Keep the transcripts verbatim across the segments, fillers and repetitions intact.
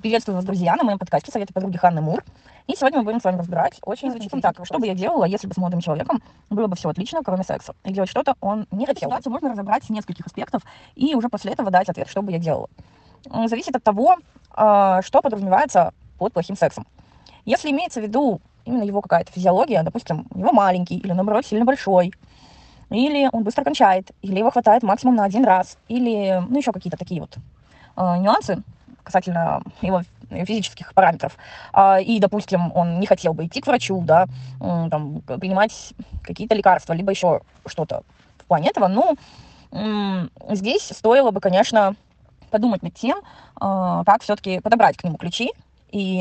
Приветствую вас, друзья, на моем подкасте «Советы подруги Ханны Мур». И сегодня мы будем с вами разбирать очень звучит так, что бы я делала, если бы с молодым человеком было бы все отлично, кроме секса. И делать что-то он не хотел. Ситуацию можно разобрать с нескольких аспектов и уже после этого дать ответ, что бы я делала. Зависит от того, что подразумевается под плохим сексом. Если имеется в виду именно его какая-то физиология, допустим, у него маленький или, наоборот, сильно большой, или он быстро кончает, или его хватает максимум на один раз, или, ну, еще какие-то такие вот э, нюансы касательно его физических параметров. А, и, допустим, он не хотел бы идти к врачу, да, там, принимать какие-то лекарства, либо еще что-то в плане этого, ну, здесь стоило бы, конечно, подумать над тем, э, как все-таки подобрать к нему ключи, и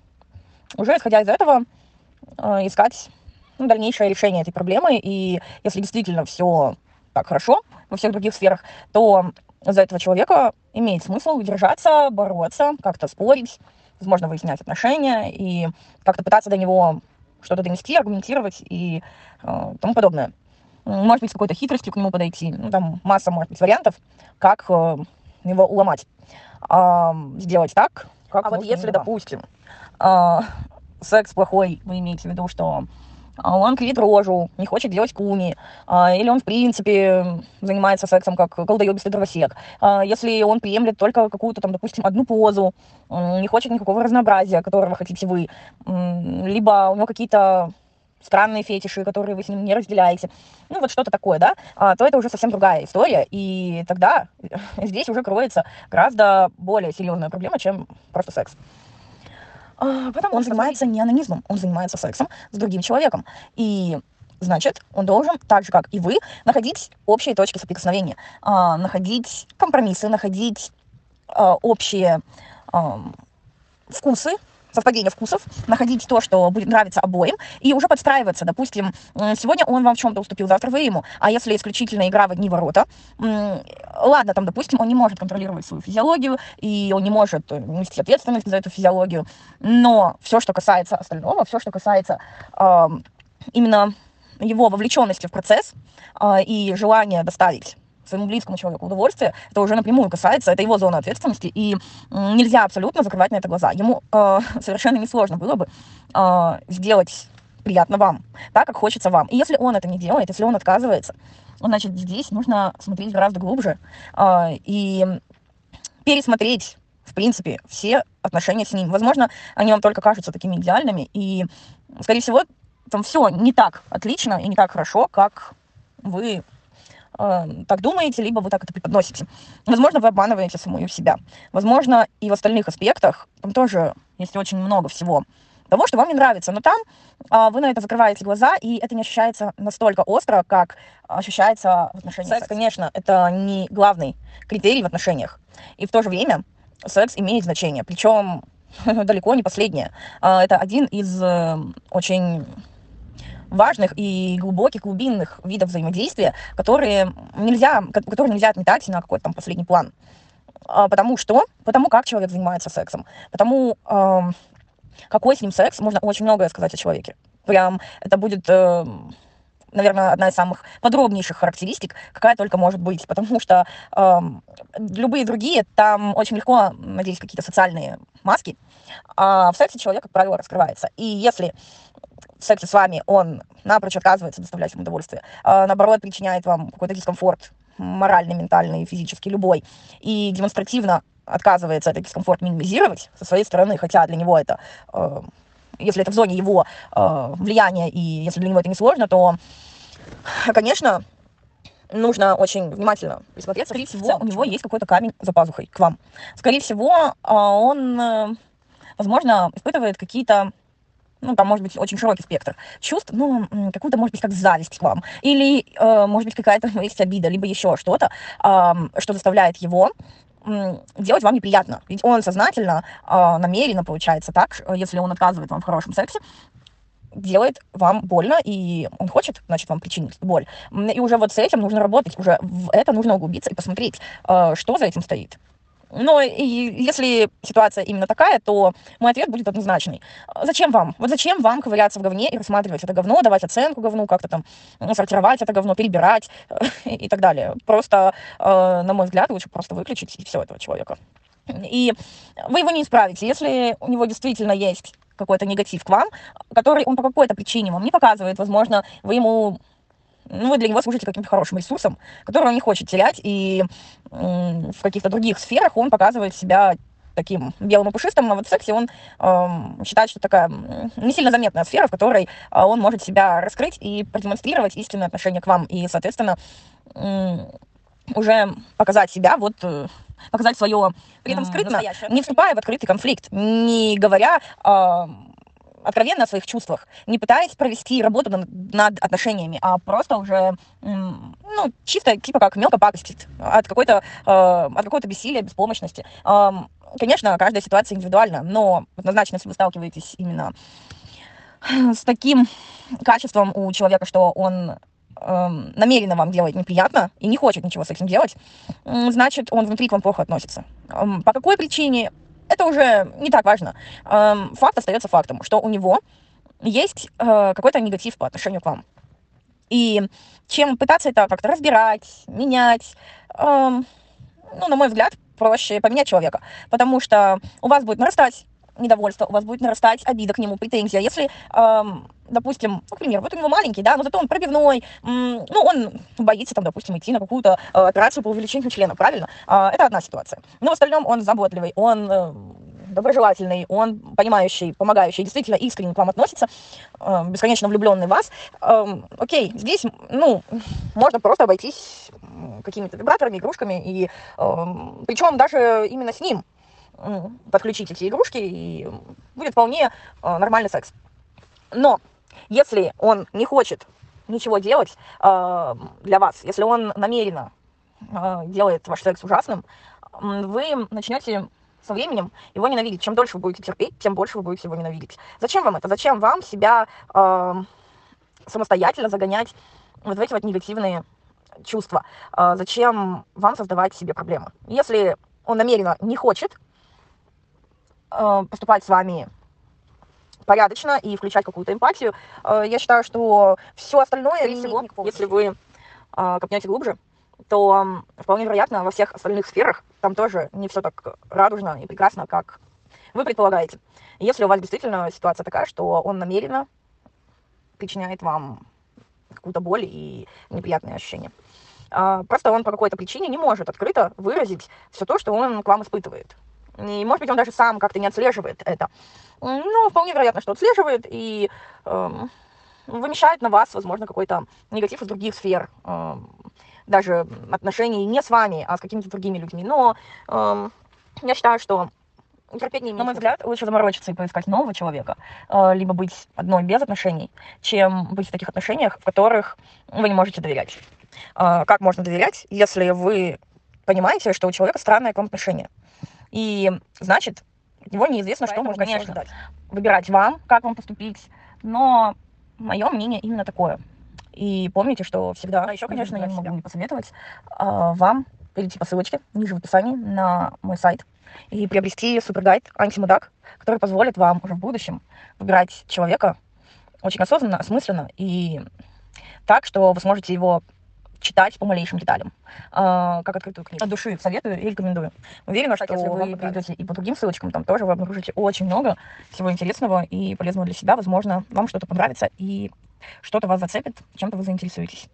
уже исходя из этого э, искать ну, дальнейшее решение этой проблемы. И если действительно все так хорошо во всех других сферах, то за этого человека имеет смысл держаться, бороться, как-то спорить, возможно, выяснять отношения и как-то пытаться до него что-то донести, аргументировать и э, тому подобное. Может быть, с какой-то хитростью к нему подойти. Ну, там масса, может быть, вариантов, как э, его уломать. Э, сделать так, как а вот если, допустим, э, секс плохой, вы имеете в виду, что он кривит рожу, не хочет делать куми, или он, в принципе, занимается сексом как колдоебистый дровосек. Если он приемлет только какую-то, там, допустим, одну позу, не хочет никакого разнообразия, которого хотите вы, либо у него какие-то странные фетиши, которые вы с ним не разделяете, ну, вот что-то такое, да, то это уже совсем другая история, и тогда здесь уже кроется гораздо более серьезная проблема, чем просто секс. Потому он занимается не анонизмом, он занимается сексом с другим человеком. И, значит, он должен, так же, как и вы, находить общие точки соприкосновения, а, находить компромиссы, находить а, общие а, вкусы, совпадение вкусов, находить то, что будет нравиться обоим, и уже подстраиваться. Допустим, сегодня он вам в чем-то уступил, завтра вы ему. А если исключительно игра в одни ворота, ладно, там, допустим, он не может контролировать свою физиологию, и он не может нести ответственность за эту физиологию, но все, что касается остального, все, что касается э, именно его вовлеченности в процесс э, и желания доставить своему близкому человеку удовольствие, это уже напрямую касается, это его зона ответственности, и нельзя абсолютно закрывать на это глаза. Ему э, совершенно несложно было бы э, сделать приятно вам, так, как хочется вам. И если он это не делает, если он отказывается, значит, здесь нужно смотреть гораздо глубже э, и пересмотреть, в принципе, все отношения с ним. Возможно, они вам только кажутся такими идеальными, и, скорее всего, там все не так отлично и не так хорошо, как вы так думаете, либо вы так это преподносите. Возможно, вы обманываете саму себя. Возможно, и в остальных аспектах там тоже есть очень много всего того, что вам не нравится. Но там а, вы на это закрываете глаза, и это не ощущается настолько остро, как ощущается в отношениях. Секс, конечно, это не главный критерий в отношениях. И в то же время секс имеет значение. Причем далеко не последнее. А, это один из э, очень важных и глубоких, глубинных видов взаимодействия, которые нельзя, которые нельзя отметать на какой-то там последний план. Потому что, потому как человек занимается сексом, потому э, какой с ним секс, можно очень многое сказать о человеке. Прям это будет, э, наверное, одна из самых подробнейших характеристик, какая только может быть, потому что э, любые другие, там очень легко надеть какие-то социальные маски, а в сексе человек, как правило, раскрывается. И если в сексе с вами он напрочь отказывается доставлять вам удовольствие, а наоборот, причиняет вам какой-то дискомфорт моральный, ментальный, физический, любой, и демонстративно отказывается этот дискомфорт минимизировать со своей стороны, хотя для него это, э, если это в зоне его э, влияния, и если для него это не сложно, то, конечно, нужно очень внимательно присмотреться. Скорее всего, у него есть какой-то камень за пазухой к вам. Скорее всего, он, возможно, испытывает какие-то, ну, там, может быть, очень широкий спектр чувств, ну, какую-то, может быть, как зависть к вам, или, э, может быть, какая-то есть обида, либо еще что-то, э, что заставляет его э, делать вам неприятно. Ведь он сознательно, э, намеренно, получается так, если он отказывает вам в хорошем сексе, делает вам больно, и он хочет, значит, вам причинить боль. И уже вот с этим нужно работать, уже в это нужно углубиться и посмотреть, э, что за этим стоит. Но и если ситуация именно такая, то мой ответ будет однозначный. Зачем вам? Вот зачем вам ковыряться в говне и рассматривать это говно, давать оценку говну, как-то там сортировать это говно, перебирать и так далее. Просто, на мой взгляд, лучше просто выключить и все этого человека. и вы его не исправите. Если у него действительно есть какой-то негатив к вам, который он по какой-то причине вам не показывает, возможно, вы ему, ну, вы для него служите каким-то хорошим ресурсом, который он не хочет терять, и м, в каких-то других сферах он показывает себя таким белым и пушистым, а вот в сексе он э, считает, что такая не сильно заметная сфера, в которой э, он может себя раскрыть и продемонстрировать истинное отношение к вам, и, соответственно, э, уже показать себя, вот, э, показать свое, при этом скрытно, не вступая в открытый конфликт, не говоря э, откровенно о своих чувствах, не пытаясь провести работу над, над отношениями, а просто уже, ну, чисто, типа как мелко пакостит от какой-то, э, от какого-то бессилия, беспомощности. Э, конечно, каждая ситуация индивидуальна, но однозначно, если вы сталкиваетесь именно с таким качеством у человека, что он э, намеренно вам делает неприятно и не хочет ничего с этим делать, значит, он внутри к вам плохо относится. Э, по какой причине? Это уже не так важно. Факт остается фактом, что у него есть какой-то негатив по отношению к вам. И чем пытаться это как-то разбирать, менять, ну, на мой взгляд, проще поменять человека. Потому что у вас будет нарастать недовольство, у вас будет нарастать обида к нему, претензия. Если, допустим, например, вот у него маленький, да, но зато он пробивной, ну, он боится, там, допустим, идти на какую-то операцию по увеличению члена, правильно? Это одна ситуация. Но в остальном он заботливый, он доброжелательный, он понимающий, помогающий, действительно искренне к вам относится, бесконечно влюбленный в вас. Окей, здесь, ну, можно просто обойтись какими-то вибраторами, игрушками, и причем даже именно с ним подключить эти игрушки, и будет вполне нормальный секс. Но если он не хочет ничего делать э, для вас, если он намеренно э, делает ваш секс ужасным, вы начнете со временем его ненавидеть. Чем дольше вы будете терпеть, тем больше вы будете его ненавидеть. Зачем вам это? Зачем вам себя э, самостоятельно загонять вот в эти вот негативные чувства? Э, зачем вам создавать себе проблемы? Если он намеренно не хочет э, поступать с вами порядочно и включать какую-то эмпатию, я считаю, что все остальное, всего, если вы копнете глубже, то вполне вероятно во всех остальных сферах там тоже не все так радужно и прекрасно, как вы предполагаете. Если у вас действительно ситуация такая, что он намеренно причиняет вам какую-то боль и неприятные ощущения. Просто он по какой-то причине не может открыто выразить все то, что он к вам испытывает. И, может быть, он даже сам как-то не отслеживает это. Ну, вполне вероятно, что отслеживает и э, вымещает на вас, возможно, какой-то негатив из других сфер. Э, даже отношений не с вами, а с какими-то другими людьми. Но э, я считаю, что терпеть не имеет. На мой взгляд, лучше заморочиться и поискать нового человека, э, либо быть одной без отношений, чем быть в таких отношениях, в которых вы не можете доверять. Э, как можно доверять, если вы понимаете, что у человека странное к вам отношение? И, значит, его неизвестно, поэтому, что можно, конечно, ждать. Выбирать вам, как вам поступить, но мое мнение именно такое. И помните, что всегда... А еще, конечно, я не могу не посоветовать а, вам перейти по ссылочке ниже в описании на мой сайт и приобрести супергайд «Антимудак», который позволит вам уже в будущем выбирать человека очень осознанно, осмысленно и так, что вы сможете его читать по малейшим деталям, а, как открытую книгу. От души советую и рекомендую. Уверена, что если вы придете и по другим ссылочкам, там тоже вы обнаружите очень много всего интересного и полезного для себя. Возможно, вам что-то понравится и что-то вас зацепит, чем-то вы заинтересуетесь.